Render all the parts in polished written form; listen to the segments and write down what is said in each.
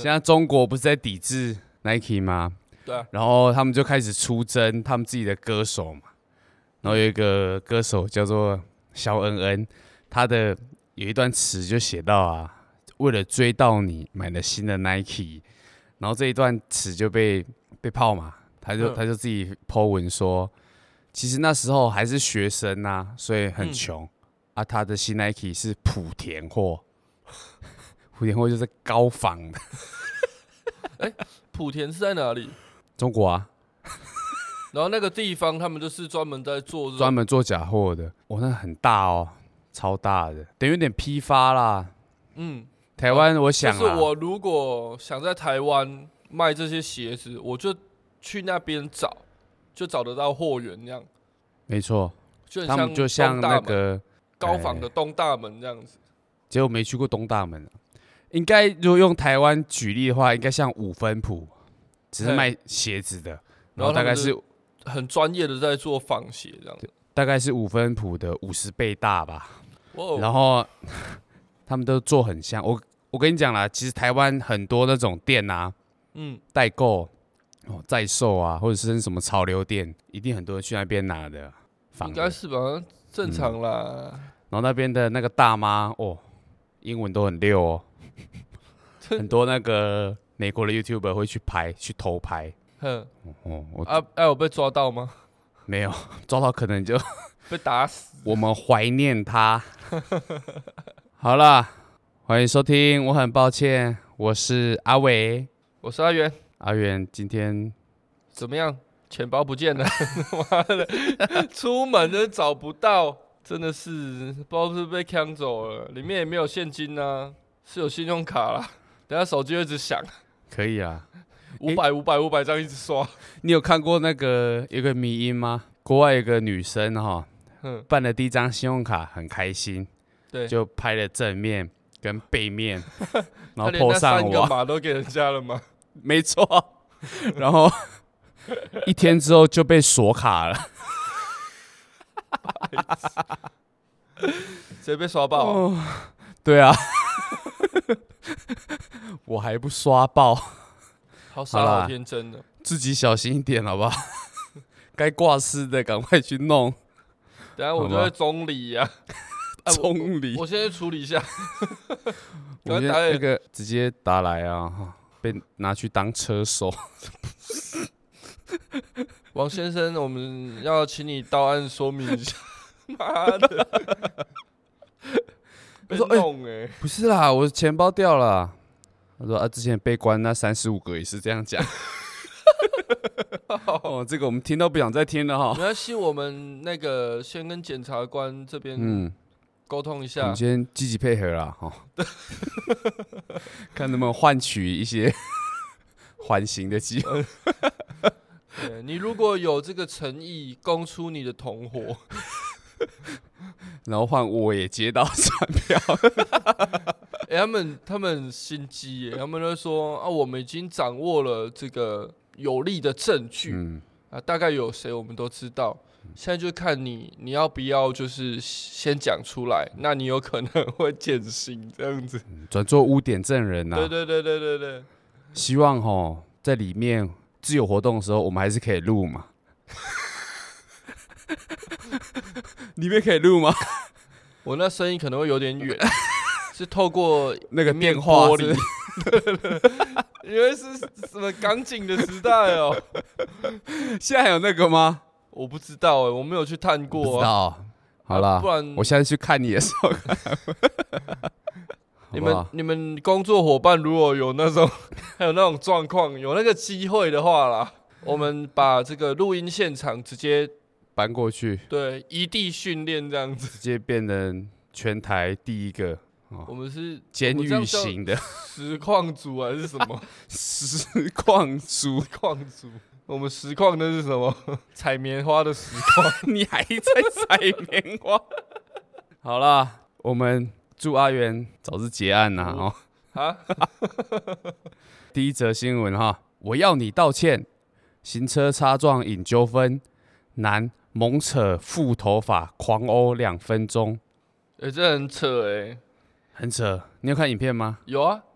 现在中国不是在抵制 Nike 吗？ 对啊， 然后他们就开始出征他们自己的歌手嘛。然后有一个歌手叫做肖恩恩，他的有一段词就写到啊，为了追到你买了新的 Nike， 然后这一段词就被炮嘛，他就自己 po 文说，其实那时候还是学生啊，所以很穷、啊，他的新 Nike 是莆田货，莆田货就是高仿的。 莆田是在哪里？ 中国啊， 然后那个地方他们就是专门在做专门做假货的，那很大哦，超大的，等于有点批发啦。台湾我想就是我如果想在台湾卖这些鞋子，我就去那边找，就找得到货源那样。 没错， 就他们就像那个高仿的东大门这样子。 结果没去过东大门，应该如果用台湾举例的话，应该像五分埔，只是卖鞋子的，然后大概是很专业的在做仿鞋这样子， 大概是五分埔的50倍大吧。然后他们都做很像。我跟你讲啦，其实台湾很多那种店啊，代购在售啊，或者是什么潮流店，一定很多人去那边拿的。 应该是吧，正常啦。 然后那边的那个大妈英文都很溜哦，很多那个美国的 YouTuber 会去偷拍。 有被抓到吗？ 没有，抓到可能就被打死。 我们怀念他。好啦，欢迎收听。我很抱歉，我是阿伟， 我是阿元。 阿元今天怎么样？钱包不见了，妈的，出门都找不到，真的是不知道是不是被抢走了，里面也没有现金啊，是有信用卡啦。等下手机会一直响。 可以啊 ，500这样一直刷。 你有看过那个有个迷因吗？国外有个女生办了第一张信用卡，很开心， 对， 就拍了正面跟背面，然后 po 上网。 他连那3个码都给人家了吗？ 没错，然后1天之后就被锁卡了。 谁被刷爆？ 对啊，我还不刷爆， 好傻好天真的， 自己小心一点好不好？该挂失的赶快去弄。 等一下我就会中离呀。 中离， 我先去处理一下。 我觉得那个直接打来啊，被拿去当车手。 王先生，我们要请你到案说明一下。妈的！被弄不是啦，我钱包掉了。他说之前被关那35个也是这样讲。这个我们听都不想再听了哈。 没关系，我们那个先跟检察官这边沟通一下。 我们先积极配合啦，看能不能换取一些缓刑的机会。 你如果有这个诚意，供出你的同伙， 然后换我也接到传票。 他们很心机耶，他们就说我们已经掌握了这个有力的证据，大概有谁我们都知道，现在就看你要不要就是先讲出来，那你有可能会减刑这样子， 转做污点证人啊。 对， 希望在里面自由活动的时候，我们还是可以录嘛。里面可以录吗？ 我那声音可能会有点远，是透过那个电话玻璃。因为是什么港警的时代哦？ 现在还有那个吗？ 我不知道我没有去探过。 不知道。好啦，不然我现在去看你的时候。 你们工作伙伴如果有那种还有那种状况，有那个机会的话啦，我们把这个录音现场直接搬过去， 对，异地训练这样子， 直接变成全台第一个。 我们是监狱型的实况组还是什么？ 实况组， 我们实况那是什么？采棉花的实况。 你还在采棉花？好啦，我们祝阿元早日结案呐！第一则新闻我要你道歉，行车擦撞引纠纷，男猛扯副头发狂殴2分钟。 这很扯很扯。 你有看影片吗？ 有啊，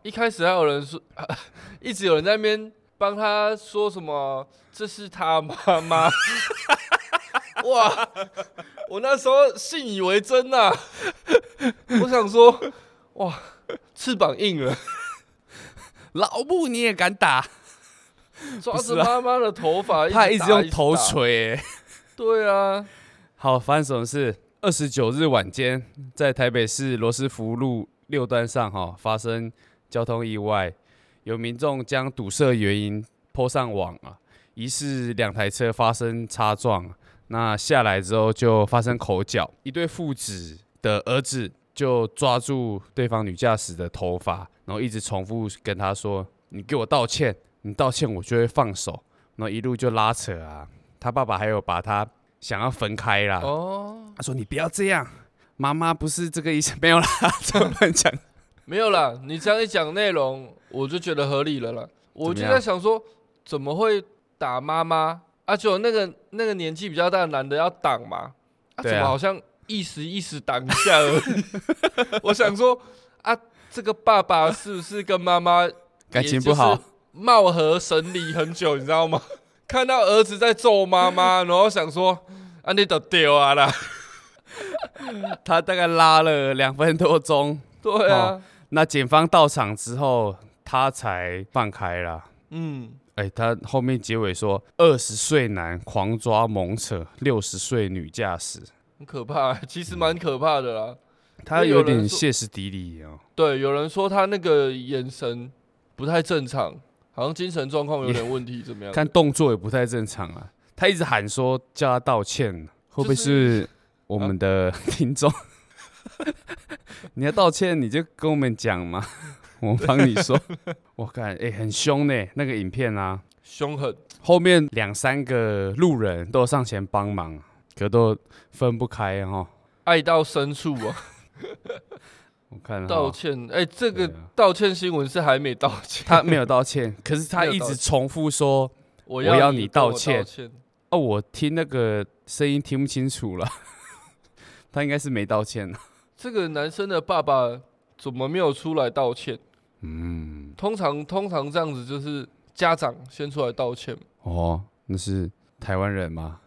一开始还有人说，一直有人在那边帮他说什么，这是他妈妈。哇！我那时候信以为真啊，我想说，哇，翅膀硬了， 老母你也敢打？ 抓着妈妈的头发， 他一直用头锤、欸。 对啊， 好，发生什么事？29日晚间，在台北市罗斯福路6段上发生交通意外，有民众将堵塞原因po上网啊，疑似2台车发生擦撞。那下来之后就发生口角，一对父子的儿子就抓住对方女驾驶的头发，然后一直重复跟他说：“你给我道歉，你道歉我就会放手。”然后一路就拉扯啊，他爸爸还有把他想要分开啦。他说：“你不要这样，妈妈不是这个意思，没有啦，这么乱讲， 没有啦。你这样一讲内容，我就觉得合理了啦。我就在想说，怎么会打妈妈？”就那个年纪比较大的男的要挡嘛，怎么好像意思挡一下而已？我想说这个爸爸是不是跟妈妈感情不好， 貌合神离很久，你知道吗？看到儿子在揍妈妈，然后想说你就丢啊啦。 他大概拉了2分多钟， 对啊， 那检方到场之后，他才放开啦。他后面结尾说，20岁男狂抓猛扯60岁女驾驶， 很可怕，其实蛮可怕的啦。 他有点歇斯底里哦。 对，有人说他那个眼神不太正常，好像精神状况有点问题，怎么样？ 看动作也不太正常啊。他一直喊说叫他道歉，会不会是我们的听众？你要道歉你就跟我们讲嘛。我帮你说，我看很凶呢，那个影片啊， 凶狠。 后面2-3个路人都上前帮忙，可都分不开爱到深处啊。 我看道歉，这个道歉新闻是还没道歉， 他没有道歉，可是他一直重复说我要你道歉。我听那个声音听不清楚了，他应该是没道歉。 这个男生的爸爸怎么没有出来道歉？通常这样子就是家长先出来道歉。 那是台湾人吗？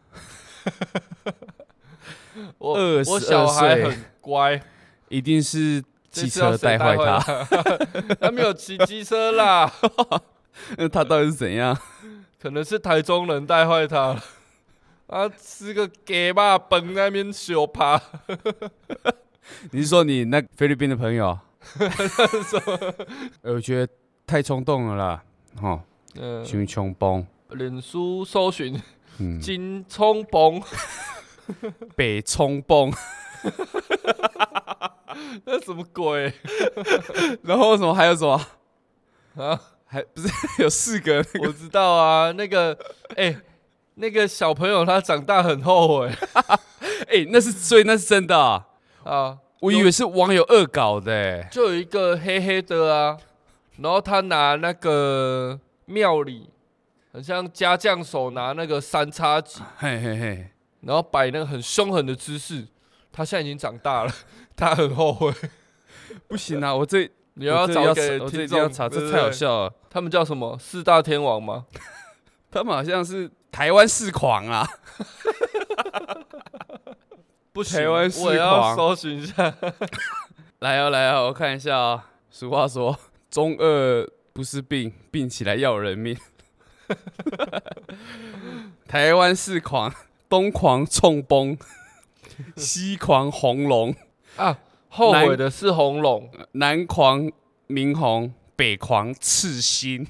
我小孩很乖， 一定是机车带坏他。 他没有骑机车啦。 那他到底是怎样？ 可能是台中人带坏他了。吃个鸡肉饭在那边小趴。 你是说你那菲律宾的朋友？我觉得太冲动了啦，太冲动。 脸书搜寻金冲崩， 北冲崩， 那什么鬼？ 然后什么还有什么还不是有4个、 我知道啊，那个那个小朋友他长大很后悔。 所以那是真的我以为是网友恶搞的。 就有一个黑黑的啊，然后他拿那个庙里很像家将手拿那个3叉戟，然后摆那个很凶狠的姿势。他现在已经长大了，他很后悔。 不行啊， 你要找给听众， 这太好笑了。 他们叫什么？4大天王吗？ 他们好像是台湾四狂啊。 不行，我也要搜寻一下。 来哦，我看一下俗话说，中二不是病，病起来要人命。台湾四狂，东狂冲崩，西狂红龙后悔的是红龙， 南狂明红，北狂赤心，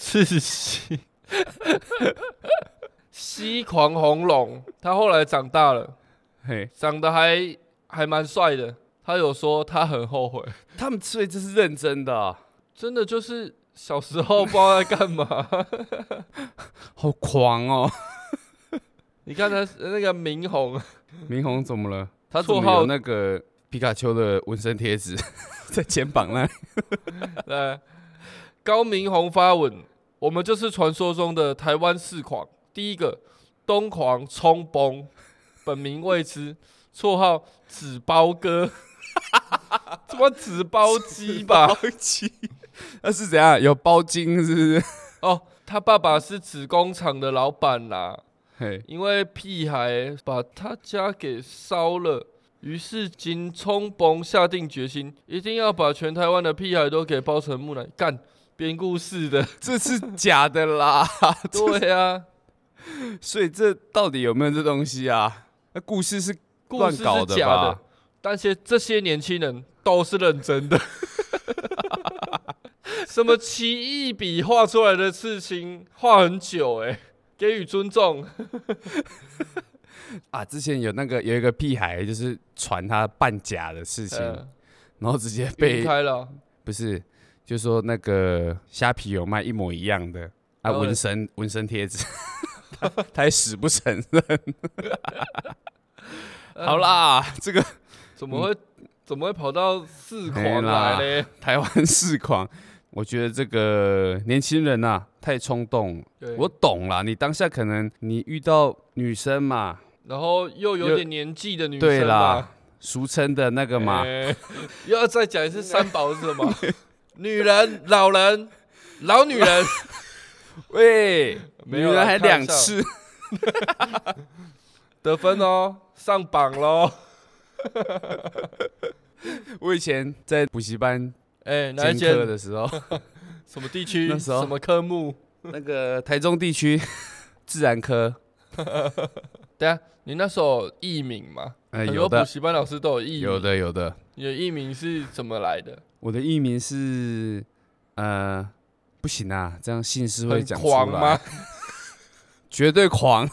西狂红龙。他后来长大了。长得还蛮帅的，他有说他很后悔。 他们所以这是认真的真的就是小时候不知道在干嘛。 好狂哦！ 你看他那个明红怎么了？他怎么有那个皮卡丘的纹身贴纸在肩膀那里？ 高明宏发文，我们就是传说中的台湾四狂。第一个东狂冲崩。本名未知，绰号纸包哥，什么纸包鸡吧？ 那是怎样？有包金是不是？ 哦，他爸爸是纸工厂的老板啦， 嘿， 因为屁孩把他家给烧了。于是金冲崩下定决心，一定要把全台湾的屁孩都给包成木乃干，编故事的。 这是假的啦。 对啊， 所以这到底有没有这东西啊？那故事是故事乱搞的是假的吧？， 但这些年轻人都是认真的。什么奇异笔画出来的事情，画很久给予尊重。 啊，之前有一个屁孩，就是传他扮假的事情，然后直接被晕开了。 不是，就说那个虾皮有卖一模一样的啊，纹身贴纸，他也死不承认。好啦，这个怎么会跑到四狂来嘞？ 台湾四狂，我觉得这个年轻人啊太冲动。我懂啦，你当下可能你遇到女生嘛， 然后又有点年纪的女生对啦，俗称的那个嘛， 又要再讲一次三宝是什么？女人、老人、老女人。 喂，女人还2次， 得分哦，上榜喽。 我以前在补习班哪一间课的时候， 什么地区？ 那时候什么科目？ 那个台中地区自然科。 对啊，你那时候有艺名吗？很多补习班老师都有艺名。 有的。 你的艺名是怎么来的？ 我的艺名是不行啊，这样姓氏会讲出来。 很狂吗？ 绝对狂。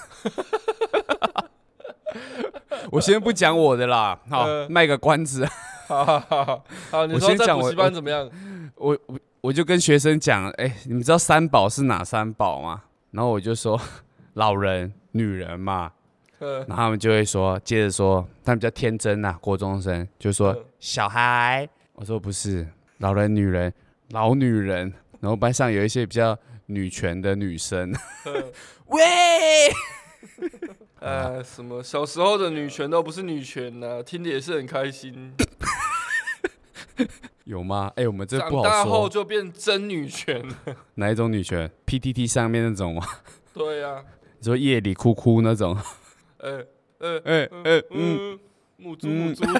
我先不讲我的啦，好，卖个关子。 好，你说在补习班怎么样？ 我就跟学生讲，你们知道三宝是哪三宝吗？然后我就说老人、女人嘛，然后他们就会说，接着说，他们比较天真啊，国中生就说小孩。我说不是，老人、女人、老女人。然后班上有一些比较女权的女生，喂。 什么小时候的女权都不是女权呐，听着也是很开心。 有吗？我们这不好说。 长大后就变真女权了。 哪一种女权 ？PTT 上面那种吗？ 对啊。 你说夜里哭哭那种？ 母猪。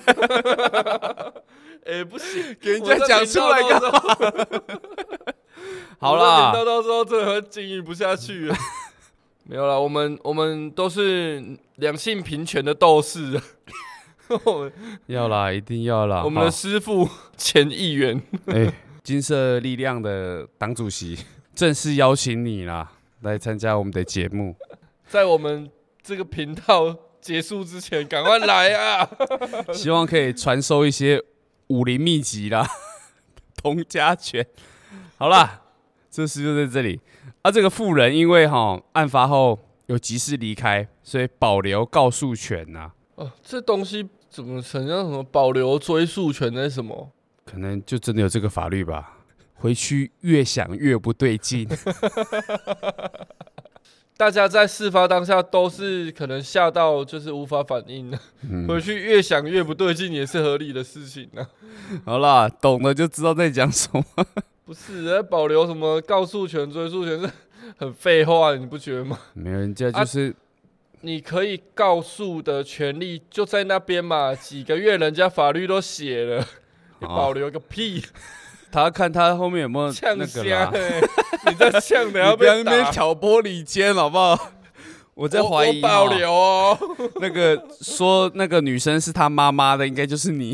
不行， 给人家讲出来干嘛？好啦， 到时候真的会经营不下去了。没有啦，我们都是两性平权的斗士。 要啦，一定要啦。 我们的师父前议员， 金色力量的党主席正式邀请你啦，来参加我们的节目。 在我们这个频道结束之前，赶快来啊！ 希望可以传授一些武林秘籍啦，童家拳。好啦，这事就在这里。这个妇人因为案发后有急事离开，所以保留告诉权呐。 这东西怎么成像什么保留追诉权那是什么？ 可能就真的有这个法律吧。回去越想越不对劲。 大家在事发当下都是可能吓到，就是无法反应。回去越想越不对劲，也是合理的事情啊。 好啦，懂了就知道在讲什么。 不是在保留什么告诉权、追诉权是很废话，你不觉得吗？ 没有，人家就是你可以告诉的权利就在那边嘛，几个月人家法律都写了，你保留个屁！ 他看他后面有没有那个啦。 你在呛，等下被打。 你不要那边挑拨离间好不好？我在怀疑我保留哦。 那个说那个女生是他妈妈的，应该就是你。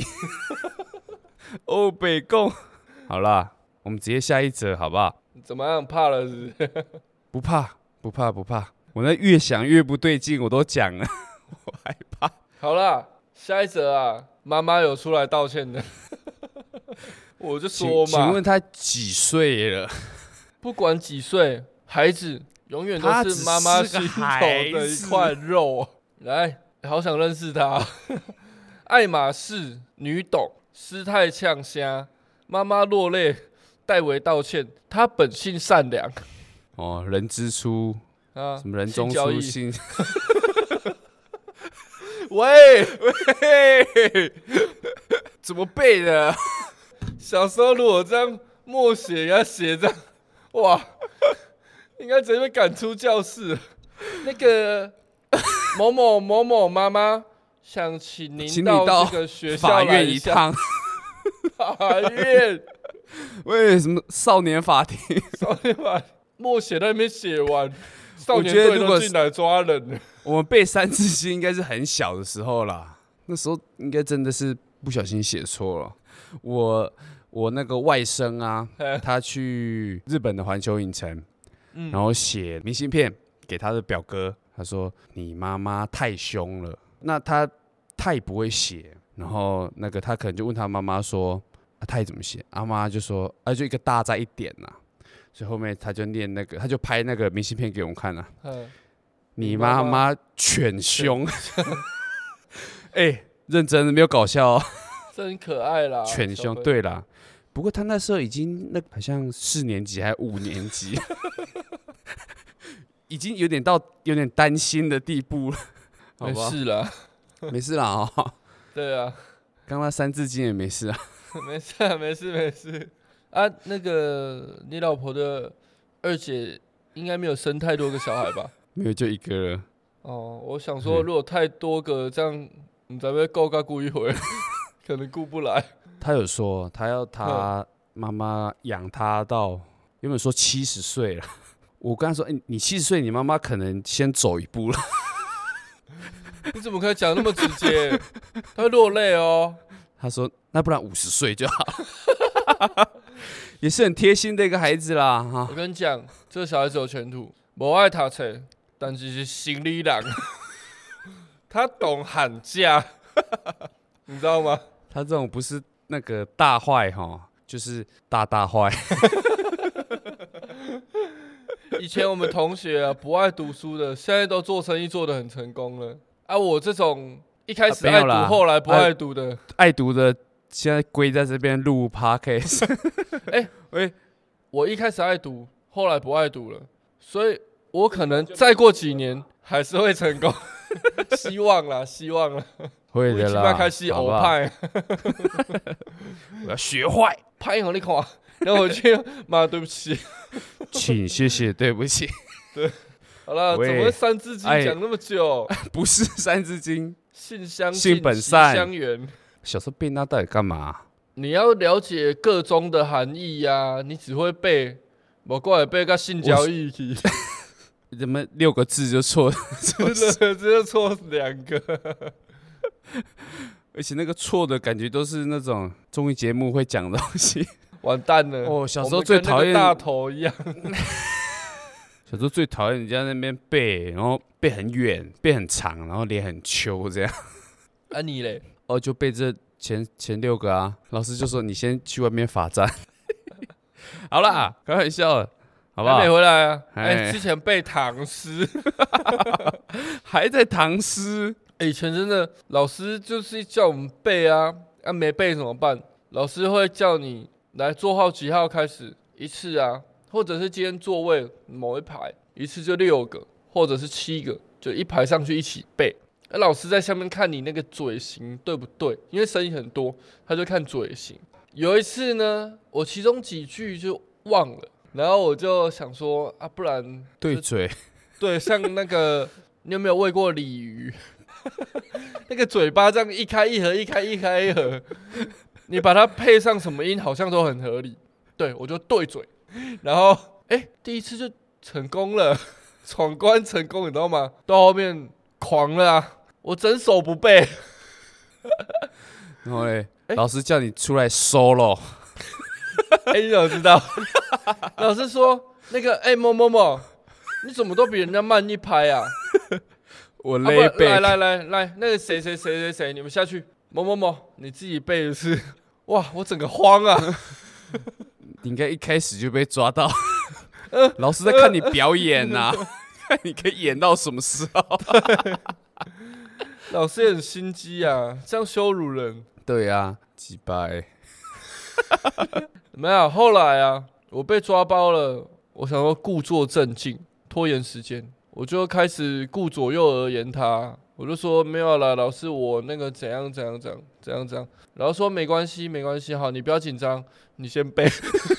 北贡。好啦，我们直接下一则好不好？ 怎么样？怕了是不是？ 不怕。我那越想越不对劲，我都讲了，我害怕。 好啦，下一则啊，妈妈有出来道歉的。我就说嘛， 请问他几岁了？ 不管几岁，孩子永远都是妈妈心头的一块肉。来，好想认识他。爱马仕女董失态呛虾，妈妈落泪代为道歉。她本性善良。 人之初什么人中出性。 喂， 怎么背的？ 小时候如果这样默写给他写这样，哇，应该直接被赶出教室了。那个某某某某妈妈想请您到这个学校法来院一趟。 法院？ 为什么少年法庭？ 少年法庭默写在那边写完，少年队都进来抓人了。 我们背《三字经》应该是很小的时候啦，那时候应该真的是不小心写错了。我那个外甥啊，他去日本的环球影城，然后写明信片给他的表哥，他说你妈妈太凶了，那他太不会写，然后那个他可能就问他妈妈说，太怎么写？阿妈就说，就一个大在一点呐，所以后面他就念那个，他就拍那个明信片给我们看了。你妈妈犬凶，认真的没有搞笑哦， 真可爱啦， 犬凶。对啦，不过他那时候已经好像4年级还是5年级，已经有点担心的地步了。 没事啦， 没事啦哦。 对啊， 刚刚3字经也没事啊。 没事啊，没事啊。那个你老婆的二姐应该没有生太多个小孩吧？ 没有，就一个了。 哦，我想说，如果太多个，这样你才会够顾一回，可能顾不来。 他有说，他要他妈妈养他到原本说70岁了。我跟他说，你70岁，你妈妈可能先走一步了。 你怎么可以讲那么直接？他会落泪哦。 他说，那不然50岁就好。也是很贴心的一个孩子啦。 我跟你讲，这个小孩子有前途，不爱读册，但是心理人。他懂喊价，你知道吗？ 他这种不是那个大坏哈，就是大坏。 以前我们同学啊，不爱读书的，现在都做生意做得很成功了。我这种一开始爱读，后来不爱读的， 爱读的现在归在这边录 podcast。 我一开始爱读，后来不爱读了，所以我可能再过几年还是会成功。希望啦。 会的啦。 我起码开始偶派。 我要学坏， 拍给你看。然后我就妈对不起， 请谢谢，对不起。 对，好了，怎么会三字经讲那么久？ 不是三字经， 性相性本善， 相远。 小时候背那到底干嘛？ 你要了解个中的含义呀，你只会背，我过来背个性交易题。 怎么6个字就错了？ 直接错2个。 而且那个错的感觉都是那种综艺节目会讲的东西。 完蛋了！ 哦，小时候最讨厌大头一样。 小时候最讨厌人家那边背，然后背很远，背很长，然后脸很秋这样。 你嘞？ 就背这前6个啊。老师就说你先去外面罚站。好啦，开玩笑的，好不好？ 还没回来啊？之前背唐诗， 还在唐诗。 以前真的老师就是叫我们背啊，没背怎么办？老师会叫你来座号几号开始一次啊，或者是今天座位某一排一次就6个，或者是7个，就一排上去一起背。老师在下面看你那个嘴型对不对？因为声音很多，他就看嘴型。有一次呢，我其中几句就忘了，然后我就想说不然对嘴， 对，像那个你有没有喂过鲤鱼？那个嘴巴这样一开一合，一开一合，你把它配上什么音，好像都很合理。对，我就对嘴，然后第一次就成功了，闯关成功，你知道吗？到后面狂了啊，我整首不背。 然后嘞，老师叫你出来 solo。 你怎么知道？老师说那个某某某，你怎么都比人家慢一拍啊？ 我累背。 来，那个谁，你们下去。某某某，你自己背的是。哇，我整个慌啊！ 你应该一开始就被抓到。老师在看你表演呐，看你可以演到什么时候。 老师也很心机啊，这样羞辱人。 对啊，几百。 没有，后来啊，我被抓包了，我想说故作镇静，拖延时间。我就开始顾左右而言他，我就说没有啦，老师我那个怎样，然后说没关系，好，你不要紧张，你先背。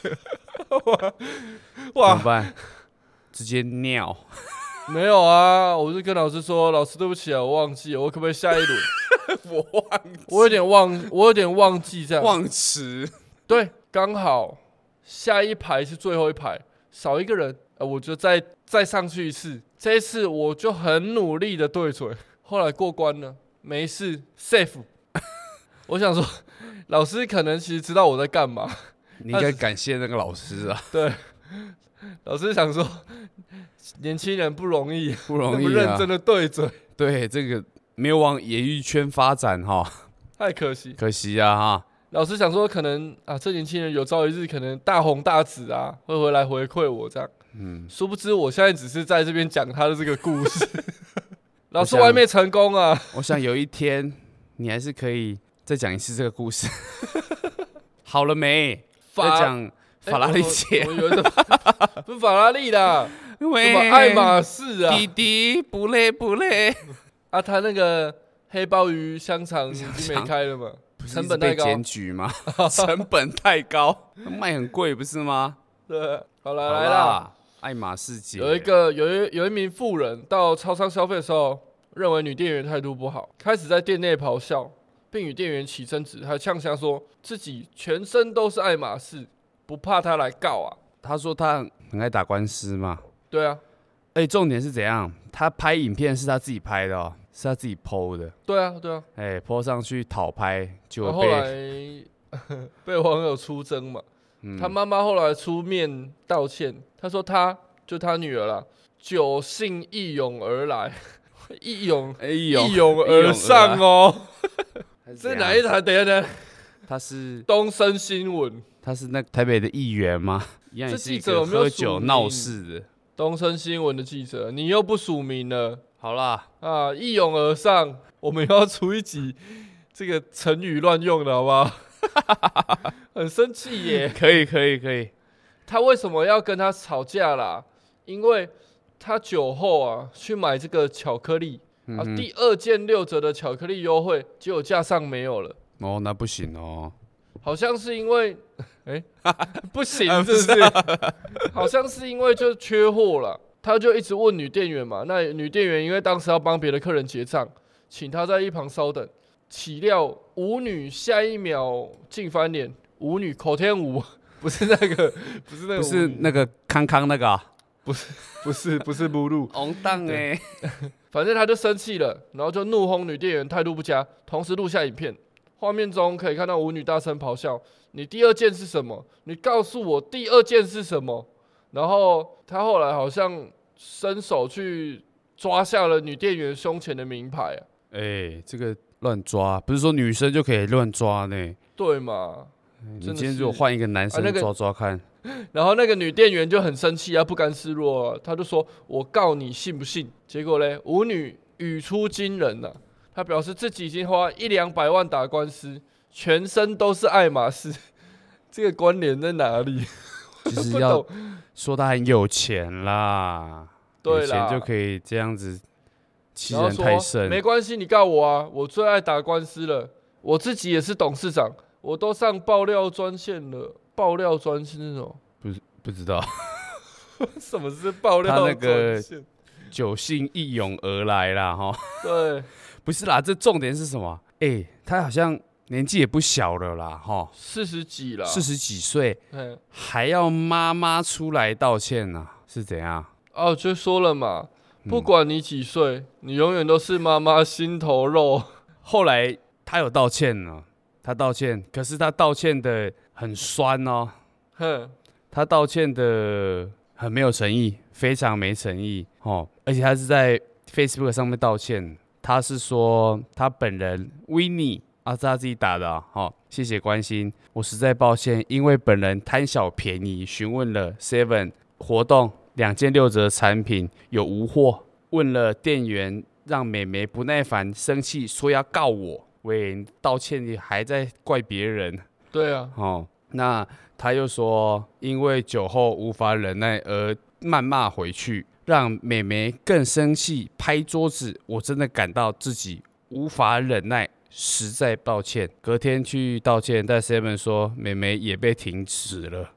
哇，怎么办？直接尿？ 没有啊，我就跟老师说，老师对不起啊，我忘记了，我可不可以下一轮？我有点忘记这样。 忘词。 对，刚好下一排是最后一排，少一个人，我就再上去一次。这一次我就很努力的对嘴，后来过关了，没事 ，safe。我想说，老师可能其实知道我在干嘛。 你应该感谢那个老师啊。 对，老师想说，年轻人不容易， 不容易啊， 那么认真的对嘴。 对，这个没有往演艺圈发展哈， 太可惜， 可惜啊哈。 老师想说，可能啊，这年轻人有朝一日可能大红大紫啊，会回来回馈我这样。殊不知我现在只是在这边讲他的这个故事。老师我还没成功啊。 我想有一天你还是可以再讲一次这个故事。好了没？在讲法拉利姐，不是法拉利啦，什么爱马仕啊？ 弟弟不累不累啊？他那个黑鲍鱼香肠已经没开了嘛？成本太高， 被检举吗？成本太高，卖很贵不是吗？ 对，好了来啦， 爱马仕姐有一名妇人到超商消费的时候，认为女店员态度不好，开始在店内咆哮。并与店员起争执，还呛下说自己全身都是爱马仕，不怕他来告啊？ 他说他很爱打官司嘛。 对啊， 重点是怎样？他拍影片是他自己拍的是他自己 PO 的。 对啊 ，PO 上去讨拍，就后来被网友出征嘛。他妈妈后来出面道歉，他说他女儿啦，酒兴一涌而来，一涌而上哦。这哪一台？等一下， 他是东森新闻， 他是那台北的议员吗？一样也是一个喝酒闹事的。 东森新闻的记者，你又不署名了。 好啦， 一涌而上，我们要出一集这个成语乱用的好不好？很生气耶。 可以。 他为什么要跟他吵架啦？因为他酒后啊去买这个巧克力。第2件6折的巧克力优惠，结果架上没有了。 哦，那不行哦。 好像是因为，不行，是不是？好像是因为就缺货了，他就一直问女店员嘛。那女店员因为当时要帮别的客人结账，请他在一旁稍等。岂料舞女下一秒竟翻脸，舞女口天舞，不是那个康康那个啊。 不是目录， 红档哎， 反正他就生气了，然后就怒轰女店员态度不佳，同时录下影片。画面中可以看到舞女大声咆哮：“你第2件是什么？你告诉我第2件是什么？”然后他后来好像伸手去抓下了女店员胸前的名牌啊！ 这个乱抓，不是说女生就可以乱抓呢？ 对嘛？ 你今天如果换一个男生抓抓看。 然后那个女店员就很生气啊，不甘示弱啊，她就说：“我告你信不信？”结果呢，舞女语出惊人啊，她表示自己已经花100-200万打官司，全身都是爱马仕，这个关联在哪里？ 就是要说她很有钱啦， 对啦， 有钱就可以这样子欺人太甚。 没关系，你告我啊，我最爱打官司了，我自己也是董事长，我都上爆料专线了。爆料专线是什么？ 不知道。 什么是爆料专线？他那个酒兴一涌而来啦，哈。 对， 不是啦，这重点是什么？他好像年纪也不小了啦，哈 ，40几了 ，40几岁，还要妈妈出来道歉啊？是怎样？ 哦，就说了嘛，不管你几岁，你永远都是妈妈心头肉。 后来他有道歉了，可是他道歉的很酸哦，他道歉的很没有诚意，非常没诚意哦，而且他是在 Facebook 上面道歉，他是说他本人 Winnie 是他自己打的谢谢关心，我实在抱歉，因为本人贪小便宜，询问了 Seven 活动2件6折产品有无货，问了店员，让妹妹不耐烦生气，说要告我。喂，道歉你还在怪别人？ 对啊， 那他又说，因为酒后无法忍耐而谩骂回去，让妹妹更生气，拍桌子。我真的感到自己无法忍耐，实在抱歉。隔天去道歉，但 Seven 说妹妹也被停职了。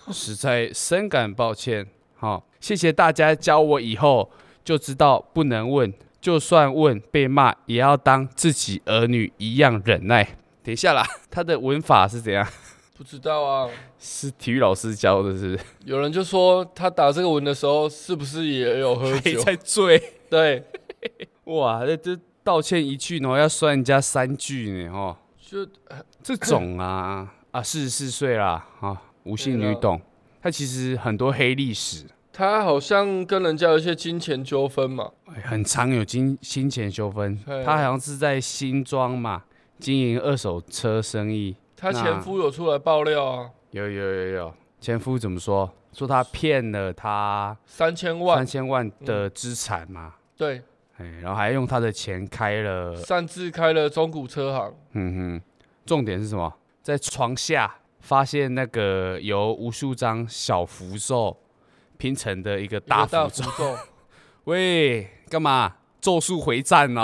实在深感抱歉。好，谢谢大家教我，以后就知道不能问，就算问被骂，也要当自己儿女一样忍耐。等一下啦，他的文法是怎样？ 不知道啊， 是体育老师教的，是不是？ 有人就说他打这个文的时候，是不是也有喝酒？ 还在醉。 对， 哇，这道歉一句，然后要酸人家3句呢，哦， 就这种啊44岁啦，无姓女董，她其实很多黑历史。 他好像跟人家有一些金钱纠纷嘛， 很常有金钱纠纷。他好像是在新庄嘛，经营2手车生意。 他前夫有出来爆料啊， 有，前夫怎么说？说他骗了他 3000万的资产嘛。 对， 然后还用他的钱擅自开了中古车行。 重点是什么？在床下发现那个由无数张小符咒拼成的一个大符咒。喂，干嘛？咒术回战哦！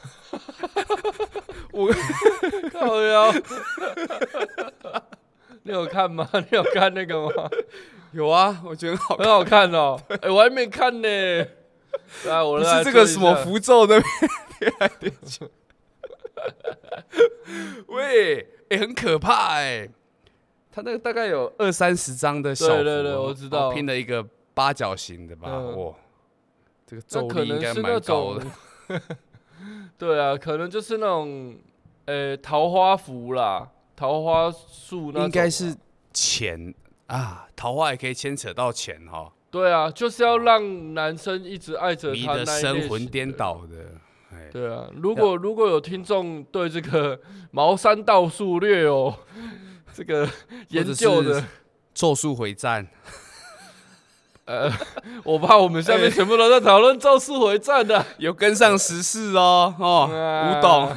我靠腰，你有看吗？你有看那个吗？ 有啊，我觉得很好看哦。我还没看呢。来，我不是这个什么符咒那边变来变去。喂，很可怕哎。他那个大概有20-30张的小符， 对，我知道， 拼了一个8角形的吧？哇，这个咒力应该蛮高的。 对啊，可能就是那种，桃花符啦，桃花树那种。 应该是钱啊，桃花也可以牵扯到钱哈。 对啊，就是要让男生一直爱着他， 迷得神魂颠倒的。 对啊，如果有听众对这个茅山道术略有这个研究的， 咒术回战。 我怕我们下面全部都在讨论咒术回战的， 有跟上时事哦，吴董。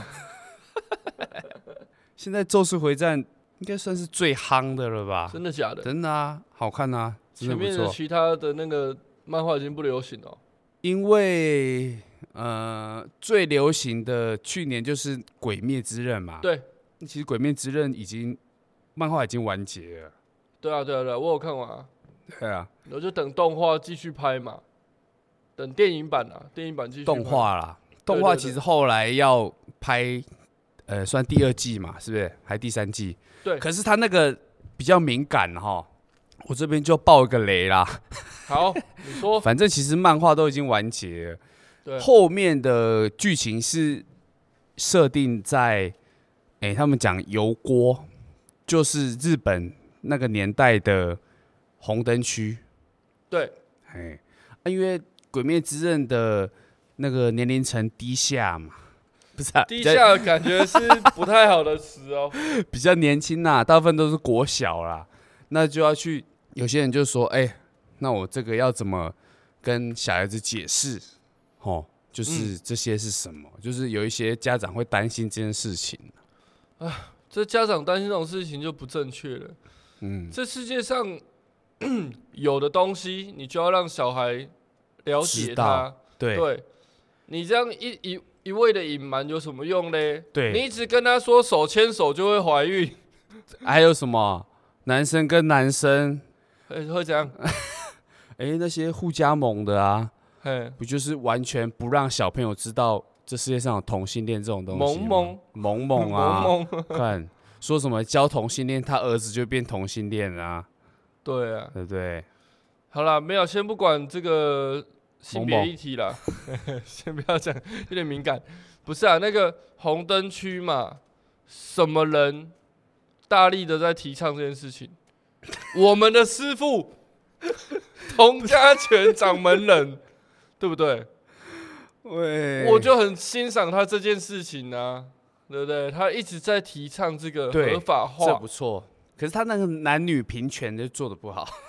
现在咒术回战应该算是最夯的了吧？ 真的假的？ 真的啊，好看啊，真的不错。 前面的其他的那个漫画已经不流行了， 因为最流行的去年就是《鬼灭之刃》嘛。 对， 其实《鬼灭之刃》漫画已经完结了。 对啊，我有看完啊。 对啊， 我就等动画继续拍嘛，等电影版啊，电影版继续拍动画啦。动画其实后来要拍，算第2季嘛，是不是？还第3季？ 对。 可是他那个比较敏感哈，我这边就爆一个雷啦。 好，你说。 反正其实漫画都已经完结了， 对。 后面的剧情是设定在，他们讲油锅，就是日本那个年代的红灯区。 对。 因为《鬼灭之刃》的那个年龄层低下嘛，不是低下，感觉是不太好的词哦。 比较年轻啦，大部分都是国小啦，那就要去。有些人就说：“那我这个要怎么跟小孩子解释？就是这些是什么？就是有一些家长会担心这件事情。 这家长担心这种事情就不正确了。这世界上有的东西，你就要让小孩了解它。对，你这样一味的隐瞒有什么用嘞？ 对， 你一直跟他说手牵手就会怀孕， 还有什么男生跟男生会这样？ 那些互加盟的啊，不就是完全不让小朋友知道这世界上有同性恋这种东西吗？萌啊，看说什么教同性恋，他儿子就变同性恋啊？对啊，对不对？ 好啦，没有，先不管这个性别议题啦，先不要讲，有点敏感。不是啊，那个红灯区嘛，什么人大力的在提倡这件事情？我们的师父童家拳掌门人，对不对？我就很欣赏他这件事情啊，对不对？他一直在提倡这个合法化， 这不错。可是他那个男女平权就做得不好。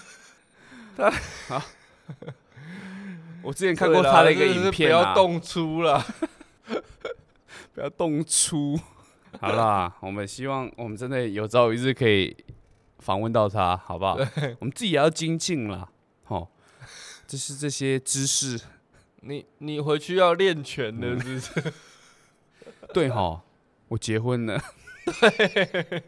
我之前看过他的一个影片啊， 不要动粗啦， 不要动粗。好啦，我们希望我们真的有朝一日可以访问到他，好不好？我们自己也要精进啦。就是这些知识， 你回去要练拳的，是不是？ 对哈，我结婚了。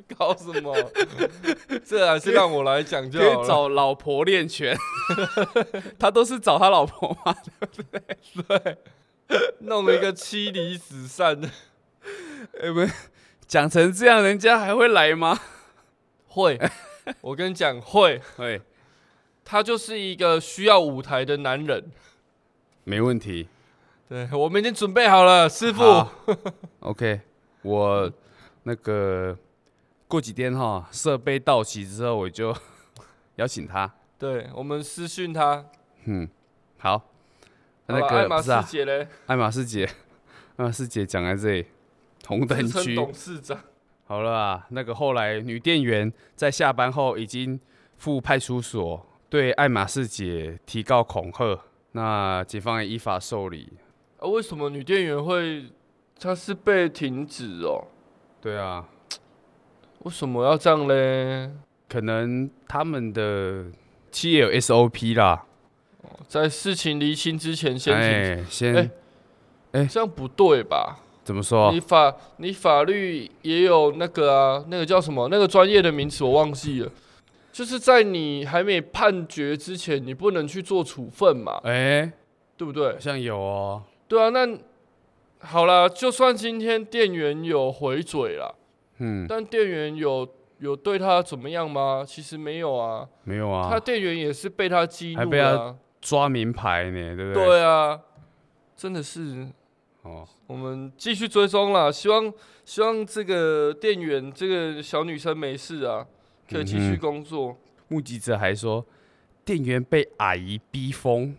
搞什么？这还是让我来讲就可好了。 以找老婆练拳，他都是找他老婆嘛， 对，弄了一个妻离子散的。 不讲成这样，人家还会来吗？ 会，我跟你讲会。 会， 他就是一个需要舞台的男人。 没问题。 对，我们已经准备好了，师傅。 OK， 我那个过几天哈，设备到齐之后，我就邀请他。 对，我们私讯他。 好。那个爱马仕姐嘞？ 爱马仕姐，爱马仕姐讲在这里，红灯区。 董事长。 好了啊，那个后来女店员在下班后已经赴派出所对爱马仕姐提告恐吓，那警方也依法受理。 为什么女店员会？她是被停职哦。 对啊。 为什么要这样嘞？ 可能他们的企业有 SOP 啦。 在事情厘清之前先停。这样不对吧？ 怎么说？ 你法律也有那个啊，那个叫什么？那个专业的名词我忘记了。就是在你还没判决之前，你不能去做处分嘛。对不对？ 好像有哦。 对啊，那好啦，就算今天店员有回嘴啦，但店员有对他怎么样吗？其实没有啊。 没有啊。 他店员也是被他激怒了， 还被他抓名牌呢，对不对？ 对啊，真的是。我们继续追踪啦，希望这个店员这个小女生没事啊，可以继续工作。 目击者还说，店员被阿姨逼疯。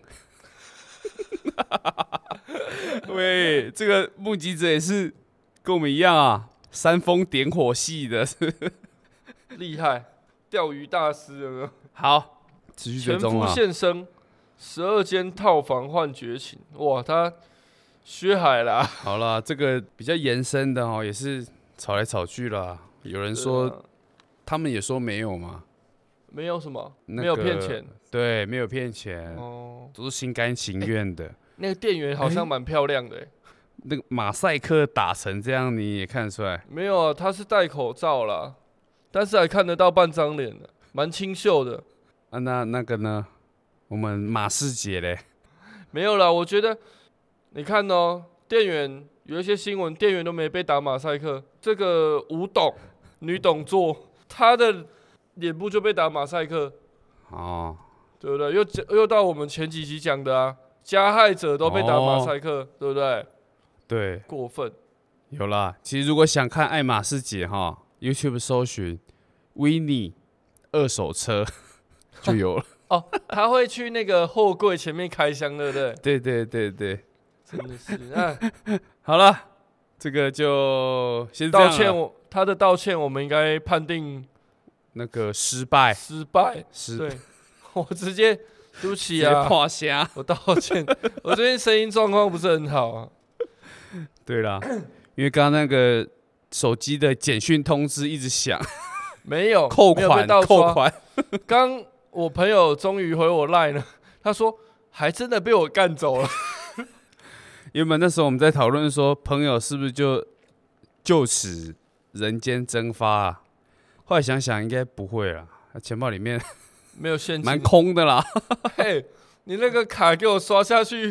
喂，这个目击者也是跟我们一样啊，煽风点火系的， 厉害，钓鱼大师有没有？ 好，持续追踪啊。 前夫现身，12间套房换绝情，哇，他薛海啦。 好啦，这个比较延伸的哦，也是吵来吵去啦。有人说，他们也说没有嘛。 没有什么，没有骗钱。 对，没有骗钱，都是心甘情愿的。 那个店员好像蛮漂亮的。 那个马赛克打成这样，你也看得出来？ 没有啊，他是戴口罩啦，但是还看得到半张脸的，蛮清秀的。 啊，那个呢？我们马氏姐嘞？ 没有啦，我觉得你看哦，店员有一些新闻，店员都没被打马赛克。这个吴董女董座，她的脸部就被打马赛克。对不对？又到我们前几集讲的啊，加害者都被打马赛克，对不对？ 对， 过分。 有啦，其实如果想看爱马仕姐哈 ，YouTube 搜寻 Winnie 二手车就有了。 他会去那个货柜前面开箱，对不对？ 对， 真的是。 好了，这个就先这样了。 道歉，他的道歉，我们应该判定那个失败。 对，我直接对不起啊， 画虾， 我道歉。我最近声音状况不是很好啊。 对啦，因为刚刚那个手机的简讯通知一直响， 没有扣款。 刚我朋友终于回我 LINE 了，他说还真的被我干走了。 原本那时候我们在讨论说，朋友是不是就此人间蒸发啊？后来想想应该不会啦，钱包里面没有现金， 蛮空的啦。 嘿，你那个卡给我刷下去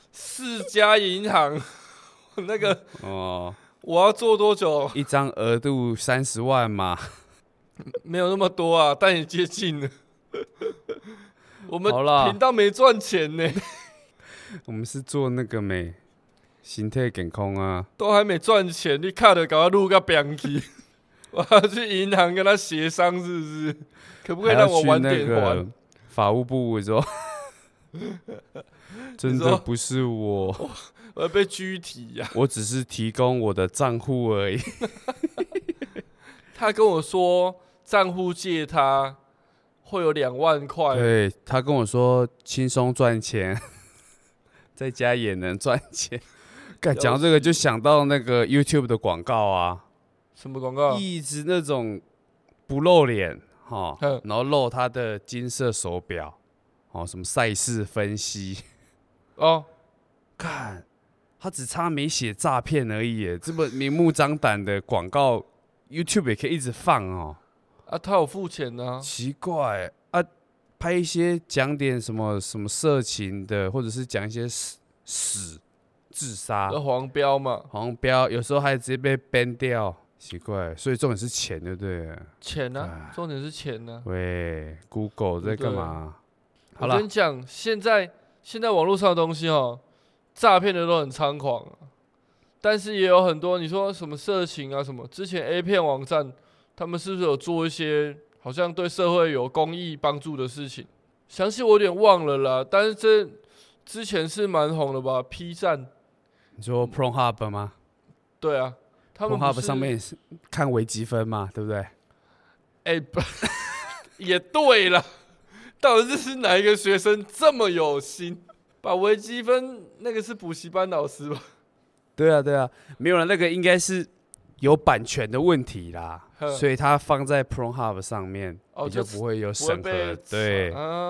，4家银行，那个我要做多久？ 一张额度30万嘛， 没有那么多啊，但也接近了。我们频道没赚钱呢。 我们是做那个心态健康啊， 都还没赚钱，你卡就给我录个病去。我要去银行跟他协商，是不是？可不可以让我晚点还？ 法务部说，真的不是我要被拘提呀！ 我只是提供我的账户而已。 他跟我说，账户借他会有2万块。 对，他跟我说轻松赚钱，在家也能赚钱。讲到这个就想到那个 YouTube 的广告啊。 什么广告？ 一直那种不露脸然后露他的金色手表，什么赛事分析。看他只差没写诈骗而已耶，这么明目张胆的广告 YouTube 也可以一直放哦。 啊，他有付钱啊。 奇怪啊，拍一些讲点什么色情的，或者是讲一些死自杀、 黄标嘛， 黄标，有时候还直接被 ban 掉。奇怪，所以重点是钱，对不对？ 钱啊，重点是钱啊。 喂 ，Google 在干嘛？ 我跟你讲，现在网络上的东西哦，诈骗的都很猖狂啊，但是也有很多你说什么色情啊什么，之前 A 片网站他们是不是有做一些好像对社会有公益帮助的事情？详细我有点忘了啦，但是这之前是蛮红的吧 ？P 站， 你说 Pornhub 吗？ 对啊。他们 Pornhub 上面是看微积分嘛，对不对？ 也对了，到底是哪一个学生这么有心，把微积分那个是补习班老师吧？ 对啊，没有了，那个应该是有版权的问题啦，所以它放在 Pornhub 上面，比较不会有审核。对，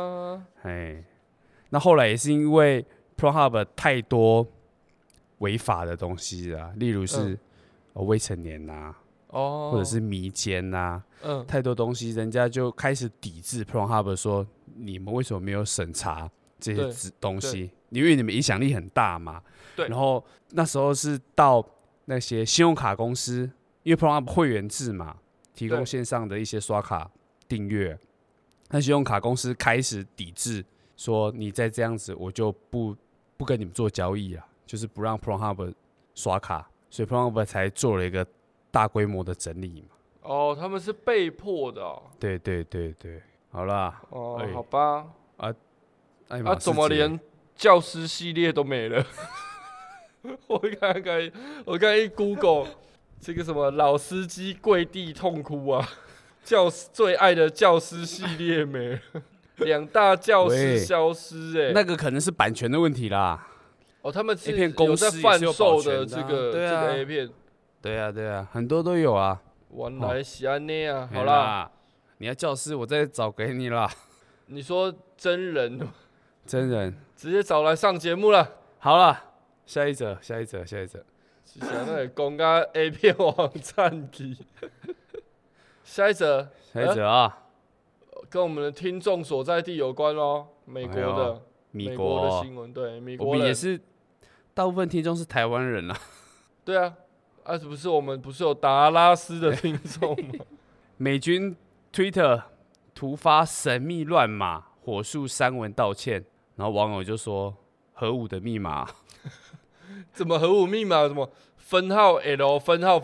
那后来也是因为 Pornhub 太多违法的东西啦，例如是。未成年呐，或者是迷奸呐，太多东西，人家就开始抵制 Pornhub， 说你们为什么没有审查这些东西？因为你们影响力很大嘛。对。然后那时候是到那些信用卡公司，因为 Pornhub 会员制嘛，提供线上的一些刷卡订阅，那信用卡公司开始抵制，说你再这样子，我就不跟你们做交易了，就是不让 Pornhub 刷卡。所以 Pornhub 才做了一个大规模的整理嘛。 哦，他们是被迫的哦。 对，好啦。 哦，好吧。怎么连教师系列都没了？我刚一 Google 这个什么老司机跪地痛哭啊，最爱的教师系列没了，2大教师消失那个可能是版权的问题啦。 他们是有在贩售的这个 A 片， 对啊，很多都有啊。 原来是这样啊，好啦， 你要教师，我再找给你啦。 你说真人直接找来上节目了。 好了，下一则。是想那公家 A 片网站去。下一则啊， 跟我们的听众所在地有关哦，美国的新闻，对，美国人。 我们也是。大部分听众是台湾人啊。 对啊，不是我们不是有达拉斯的听众吗？ 美军 Twitter 突发神秘乱码，火速删文道歉，然后网友就说核武的密码， 怎么核武密码？什么分号 L 分号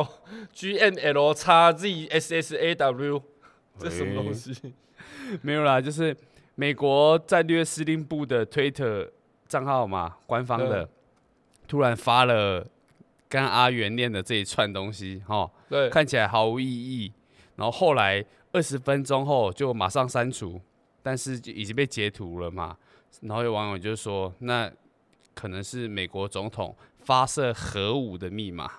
GML x ZSSAW， 这什么东西？ 没有啦，就是美国战略司令部的 Twitter 账号嘛，官方的。突然发了跟阿元念的这一串东西，对，看起来毫无意义。然后后来20分钟后就马上删除，但是就已经被截图了嘛。然后有网友就说，那可能是美国总统发射核武的密码。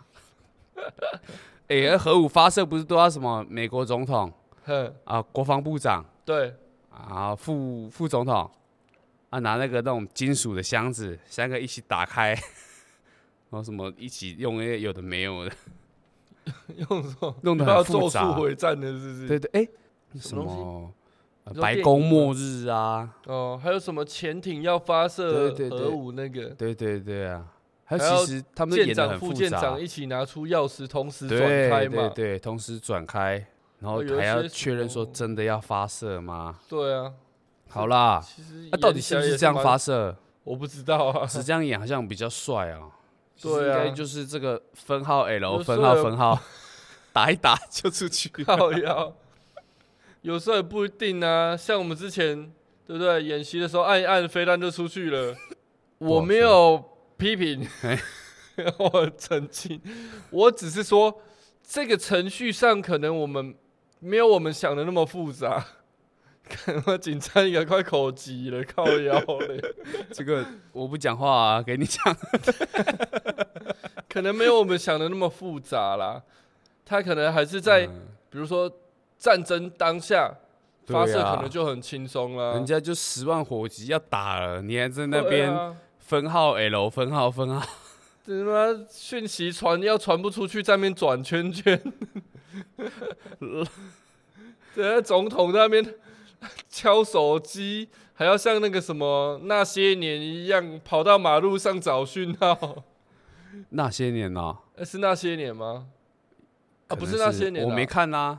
核武发射不是都要什么美国总统国防部长对副总统拿那种金属的箱子，3个一起打开。然后什么一起用那些有的没有的， 用什么？ 弄得很复杂，咒术回战的是不是？ 对，什么白宫末日啊？ 还有什么潜艇要发射核武那个？ 对啊，还有其实他们演得很复杂， 副舰长一起拿出钥匙，同时转开嘛？ 对，同时转开，然后还要确认说真的要发射吗？ 对啊， 好啦，其实到底是不是这样发射？ 我不知道啊， 只这样演好像比较帅啊。 对啊， 应该就是这个分号 L 分号打一打就出去。 靠腰，有时候也不一定啊。像我们之前对不对？演习的时候按一按，飞弹就出去了。我没有批评，我澄清，我只是说这个程序上可能我们没有我们想的那么复杂。看我紧张一个快口急了，靠腰嘞！ 这个我不讲话啊，给你讲。 可能没有我们想的那么复杂啦，他可能还是在，比如说战争当下发射，可能就很轻松啦。 人家就10万火急要打了，你还在那边分号 L 分号。 他妈讯息传不出去，在那边转圈圈。对，总统在那边敲手机，还要像那个什么那些年一样跑到马路上找讯号。 那些年啊， 是那些年吗？啊，不是那些年、啊， 我没看啊。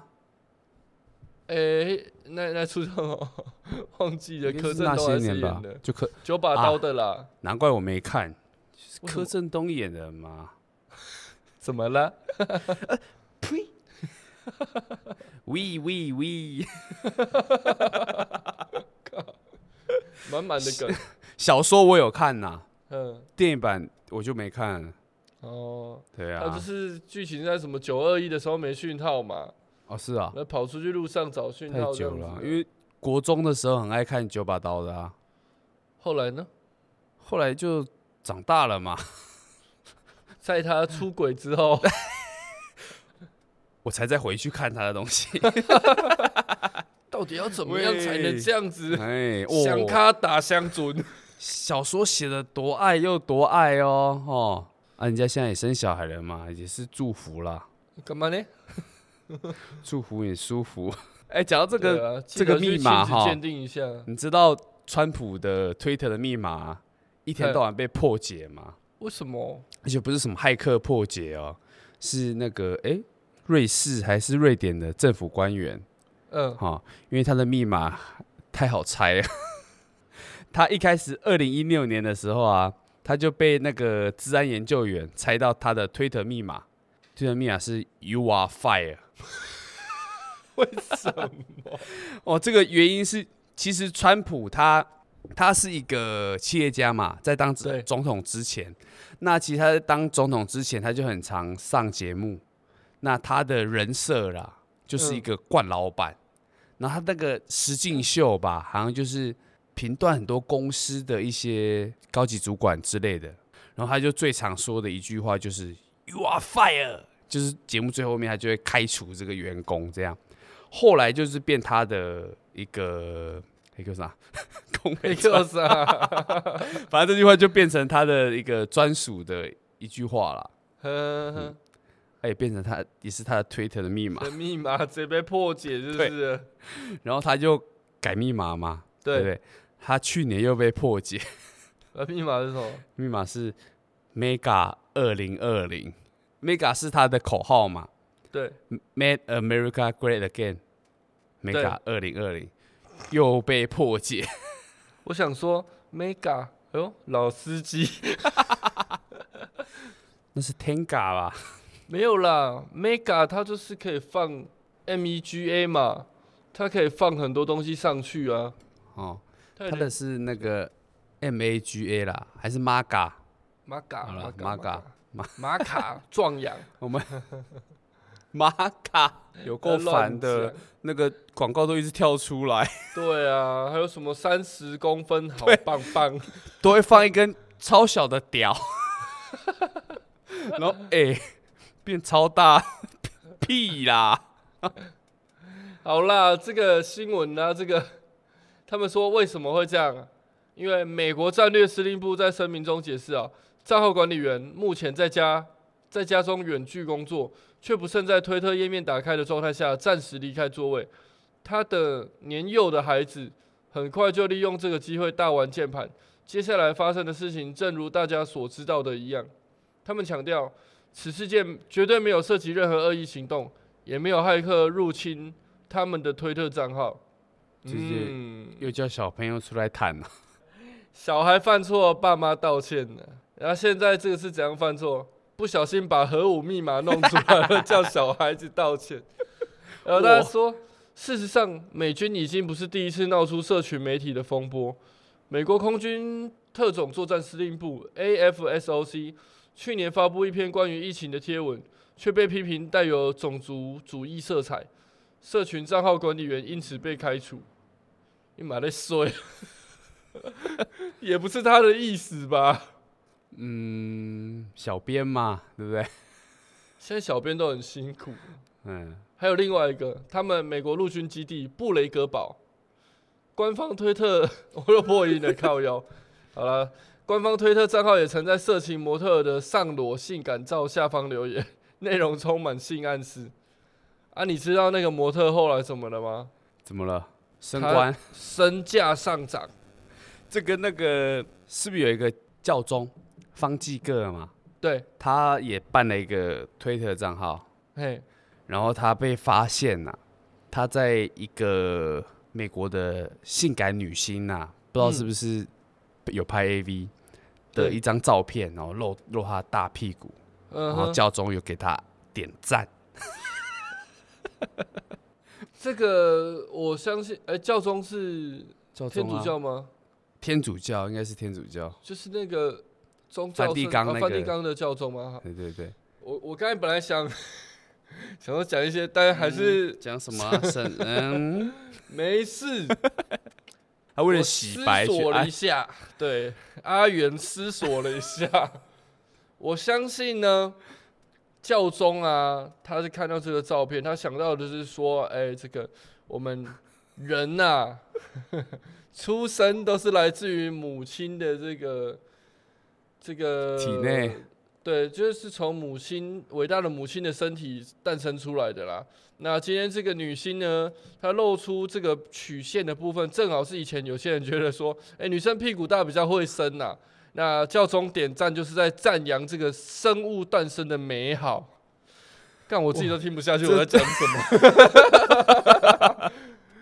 那出什么？忘记了，柯震那东还些年吧， 是演的？ 就九把刀的啦。 难怪我没看，柯震东演的嘛。 怎么了？ 呸！喂！ 满满的梗。 小说我有看呐，电影版我就没看。 哦， 对啊， 他就是剧情在什么921的时候没讯号嘛。 哦，是啊， 那跑出去路上找讯号， 太久了。因为国中的时候很爱看九把刀的啊。 后来呢？ 后来就长大了嘛。 在他出轨之后， 我才再回去看他的东西。 到底要怎么样才能这样子？ 哦、 想卡打相准。 小说写的多爱又多爱哦，人家现在也生小孩了嘛，也是祝福啦。 干嘛呢？ 祝福也舒服。讲到这个、 这个密码哈， 鉴定一下。 你知道川普的推特的密码一天到晚被破解吗？ 为什么？ 而且不是什么骇客破解哦，是那个瑞士还是瑞典的政府官员，因为他的密码太好猜了。他一开始2016年的时候啊，他就被那个治安研究员猜到他的推特密码，推特密码是 "You are fire"。 为什么？ 这个原因是，其实川普他是一个企业家嘛，在当总统之前，那其实他在当总统之前，他就很常上节目。那他的人设啦，就是一个惯老板。然后他那个实境秀吧，好像就是评断很多公司的一些高级主管之类的。然后他就最常说的一句话就是 "You are fire"， 就是节目最后面他就会开除这个员工这样。后来就是变他的一个啥，一个啥， 反正这句话就变成他的一个专属的一句话啦。也变成也是他的推特的密码。 密码直接被破解，是不是？ 然后他就改密码嘛，对不对？他去年又被破解。 密码是什么？ 密码是 Mega 2020，Mega 是他的口号嘛？ 对 ，Make America Great Again，Mega 2020又被破解。 我想说 Mega， 老司机， 那是 Tenga 吧？ 没有啦 ，Mega 它就是可以放 MEGA 嘛，它可以放很多东西上去啊。 它的是那个 MAGA 啦，还是 Maga？ 马卡壮阳。 我们马卡有够烦的，那个广告都一直跳出来。 对啊，还有什么30公分好棒棒， 都会放一根超小的屌，然后变超大，屁啦！ 好啦，这个新闻啊，他们说为什么会这样？因为美国战略司令部在声明中解释啊，账号管理员目前在家中远距工作，却不慎在推特页面打开的状态下暂时离开座位。他的年幼的孩子很快就利用这个机会大玩键盘。接下来发生的事情，正如大家所知道的一样。他们强调，此事件绝对没有涉及任何恶意行动，也没有骇客入侵他们的推特账号。 又叫小朋友出来谈了。 小孩犯错，爸妈道歉了。然后现在这个是怎样犯错？不小心把核武密码弄出来了，叫小孩子道歉。然后大家说，事实上，美军已经不是第一次闹出社群媒体的风波。美国空军特种作战司令部 AFSOC 去年发布一篇关于疫情的贴文，却被批评带有种族主义色彩，社群账号管理员因此被开除。你妈在衰，也不是他的意思吧？ 小编嘛，对不对？ 现在小编都很辛苦。还有另外一个，他们美国陆军基地布雷格堡官方推特，我又破音了，靠腰。好了， 官方推特账号也曾在色情模特的上裸性感照下方留言，内容充满性暗示。啊，你知道那个模特后来怎么了吗？ 怎么了？升官， 身价上涨。 这跟那个是不是有一个教宗方济各嘛？ 对， 他也办了一个推特账号， 嘿， 然后他被发现呐、他在一个美国的性感女星呐、不知道是不是有拍 AV 的一张照片，然后露她大屁股，然后教宗有给他点赞。 这个我相信，教宗是天主教吗？ 天主教应该是天主教， 就是那个宗教梵蒂冈那个梵蒂冈的教宗吗？ 对对对。 我刚才本来想要讲一些，但还是讲什么、啊？ 没事。 他为了洗白思索了一下，对阿元思索了一下，我相信呢，教宗啊，他是看到这个照片，他想到的是说，这个我们人呐、出生都是来自于母亲的这个体内， 对，就是从伟大的母亲的身体诞生出来的啦。那今天这个女星呢，她露出这个曲线的部分，正好是以前有些人觉得说，女生屁股大比较会生呐。那教宗点赞就是在赞扬这个生物诞生的美好。但我自己都听不下去我在讲什么。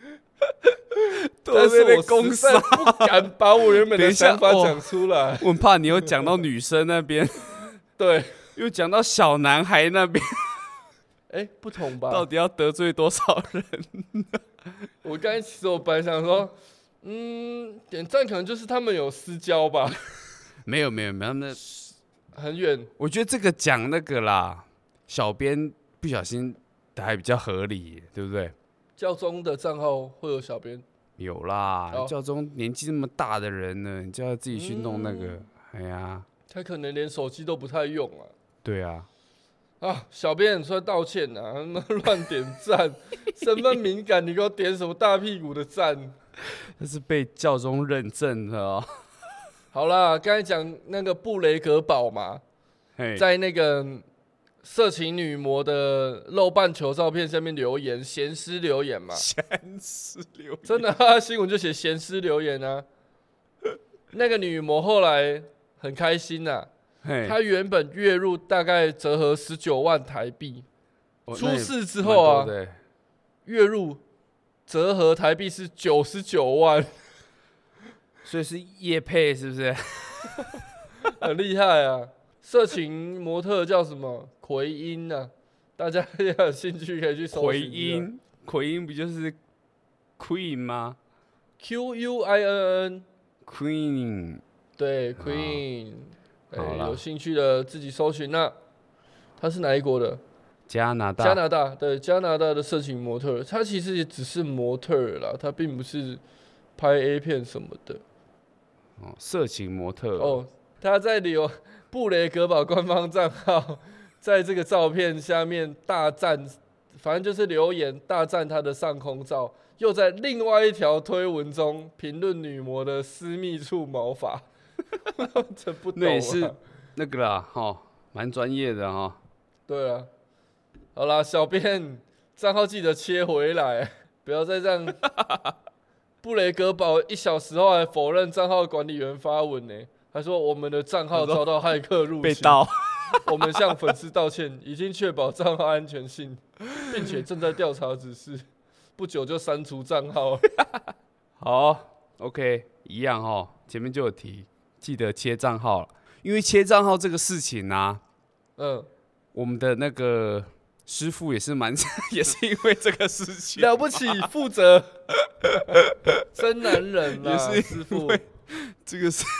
但是我实在不敢把我原本的想法讲出来。 我很怕你又讲到女生那边， 对， 又讲到小男孩那边。 不同吧？ 到底要得罪多少人？ 我刚才其实我本来想说，点赞可能就是他们有私交吧。 没有，他们很远。 我觉得这个讲那个啦，小编不小心的还比较合理，对不对？ 教宗的账号会有小编？ 有啦，教宗年纪那么大的人呢，你叫他自己去弄那个，哎呀， 他可能连手机都不太用啊。 对啊。 小编出来道歉啊！他们乱点赞，身份敏感，你给我点什么大屁股的赞？ 那是被教宗认证的哦。 好啦，刚才讲那个布雷格堡嘛，在那个色情女模的露半球照片下面留言，咸湿留言嘛。 咸湿留言， 真的啊，新闻就写咸湿留言啊。那个女模后来很开心呐。他原本月入大概折合19万台币，出事之后啊，月入折合台币是99万， 所以是业配是不是？ 很厉害啊！色情模特叫什么？奎因啊，大家要有兴趣可以去搜寻。 奎因不就是 Queen 吗 ？QUINN Queen， 对 Queen。有兴趣的自己搜寻。那他是哪一国的？ 加拿大， 对，加拿大的色情模特，他其实也只是模特啦，他并不是拍 A 片什么的。 色情模特。 他在布雷格堡官方账号，在这个照片下面大赞，反正就是留言大赞他的上空照，又在另外一条推文中评论女模的私密处毛发。真不懂、啊， 那也是那个啦，蛮专业的哈。 对啊，好啦，小编账号记得切回来，不要再这样。布雷格堡1小时后还否认账号管理员发文呢，还说我们的账号遭到骇客入侵， 被盗。 我们向粉丝道歉，已经确保账号安全性，并且正在调查指示，不久就删除账号。 好 ，OK， 一样哈，前面就有提。记得切账号了，因为切账号这个事情啊，我们的那个师傅也是也是因为这个事情了不起，负责，真男人啦，也是师傅， 这个是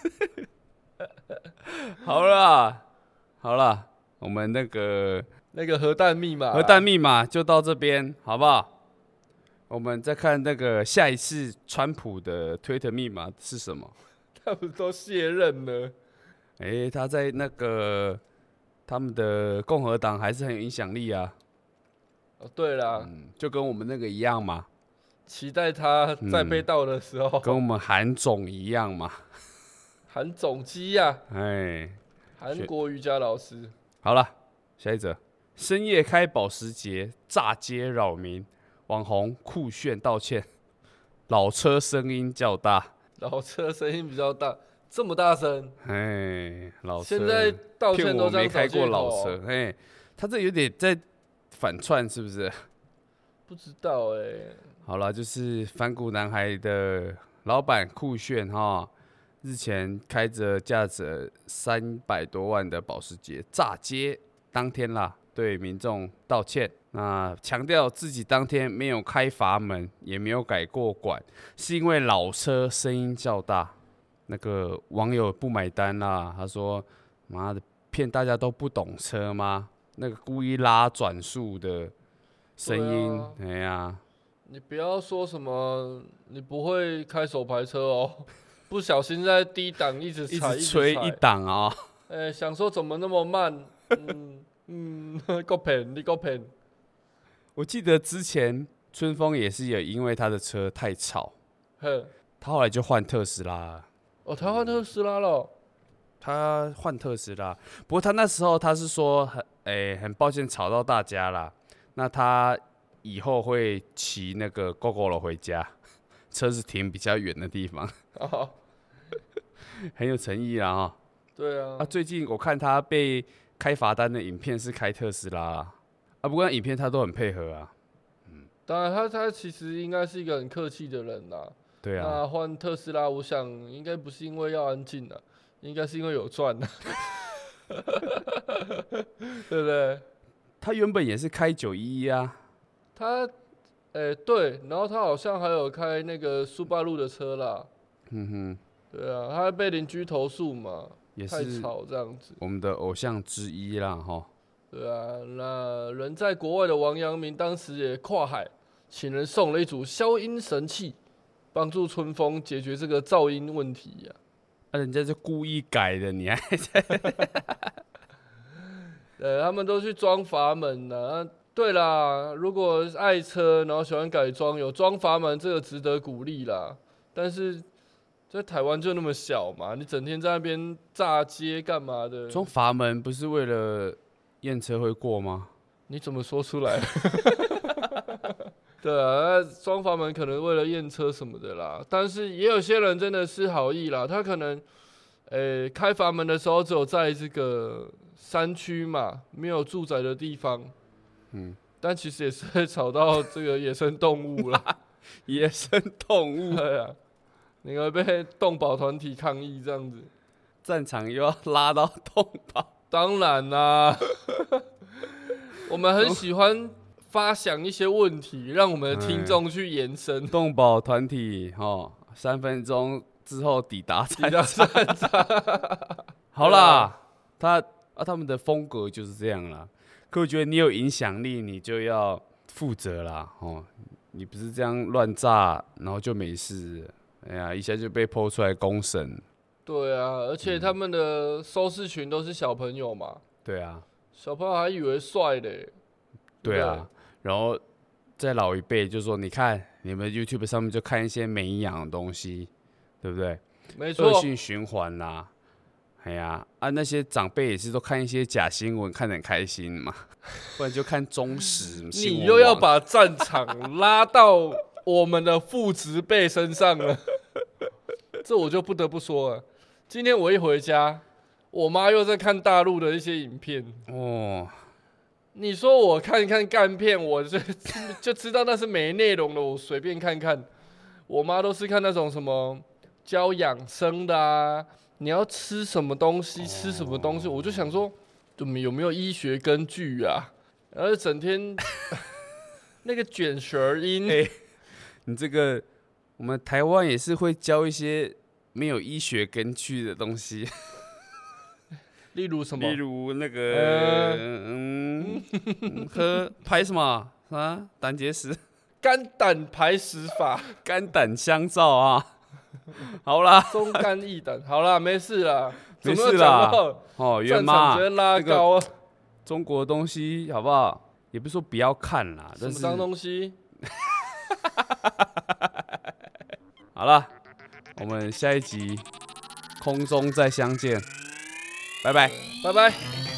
好啦，我们那个核弹密码就到这边，好不好？我们再看那个下一次川普的推特密码是什么？ 他们都卸任了。 他在那个他们的共和党还是很有影响力啊。 对啦， 就跟我们那个一样嘛。 期待他在被盗的时候， 跟我们韩总一样嘛。 韩总机呀， 哎， 韩国瑜伽老师。 好了，下一则，深夜开保时捷炸街扰民，网红酷炫道歉，老车声音较大。 老车声音比较大，这么大声？ 哎，老车现在道歉都骗我没这样找借开过老口车，哎，他这有点在反串，是不是？ 不知道好了，就是反骨男孩的老板酷炫哈，日前开着价值300多万的保时捷炸街，当天啦，对民众道歉。那强调自己当天没有开阀门，也没有改过管，是因为老车声音较大。那个网友不买单啦，他说：“妈的，骗大家都不懂车吗？那个故意拉转速的声音，哎呀。” 你不要说什么你不会开手排车哦，不小心在低档一直踩， 一直吹一档啊、 想说怎么那么慢？够骗，你够骗。 我记得之前春风也是有因为他的车太吵，他后来就换特斯拉了。 哦，他换特斯拉了。 他换特斯拉，不过他那时候他是说很抱歉吵到大家啦。那他以后会骑那个 GoGo 回家，车子停比较远的地方，很有诚意啦哈。 对啊。 最近我看他被开罚单的影片是开特斯拉啦。不过那影片他都很配合啊。 当然他其实应该是一个很客气的人啦。 对啊。 那换特斯拉，我想应该不是因为要安静的，应该是因为有赚的，对不对？ 他原本也是开911啊。 他，对，然后他好像还有开那个苏巴路的车啦。对啊，他还被邻居投诉嘛， 也是太吵这样子。 我们的偶像之一啦哈。 对啊，那人在国外的王阳明当时也跨海，请人送了一组消音神器，帮助春风解决这个噪音问题呀。 人家就故意改的，你还在？ 他们都去装阀门啊。对啦，如果爱车，然后喜欢改装，有装阀门，这个值得鼓励啦。但是在台湾就那么小嘛，你整天在那边炸街干嘛的？ 装阀门不是为了验车会过吗？ 你怎么说出来？对啊，装阀门可能为了验车什么的啦，但是也有些人真的是好意啦，他可能，开阀门的时候只有在这个山区嘛，没有住宅的地方，但其实也是会吵到这个野生动物啦。 野生动物， 对啊，你会被动保团体抗议这样子， 战场又要拉到动保， 当然啦，我们很喜欢发想一些问题，让我们的听众去延伸。 动保团体3分钟之后抵达战场。好啦，他们的风格就是这样啦。可我觉得你有影响力，你就要负责啦，你不是这样乱炸，然后就没事了。哎呀，一下就被剖出来公审。 对啊，而且他们的收视群都是小朋友嘛。 对啊， 小朋友还以为帅嘞。 对啊，然后再老一辈就说，你看你们 YouTube 上面就看一些没营养的东西，对不对？ 没错。 恶性循环啦。哎呀，那些长辈也是都看一些假新闻，看得很开心嘛，不然就看中时。 你又要把战场拉到我们的父执辈身上了，这我就不得不说了。今天我一回家，我妈又在看大陆的一些影片。你说我看一看干片，我就知道那是没内容的，我随便看看。我妈都是看那种什么教养生的啊。你要吃什么东西，吃什么东西，我就想说，有没有医学根据啊？然后整天那个卷舌音， 你这个我们台湾也是会教一些没有医学根据的东西， 例如什么？ 例如那个喝排什么啊？胆结石， 肝胆排石法， 肝胆相照啊。好啦， 忠肝义胆，好啦，没事啦， 没事啦。袁妈， 直接拉高啊。 中国的东西好不好？也不是说不要看啦，但是什么脏东西？ 好了，我们下一集空中再相见，拜拜。 拜拜。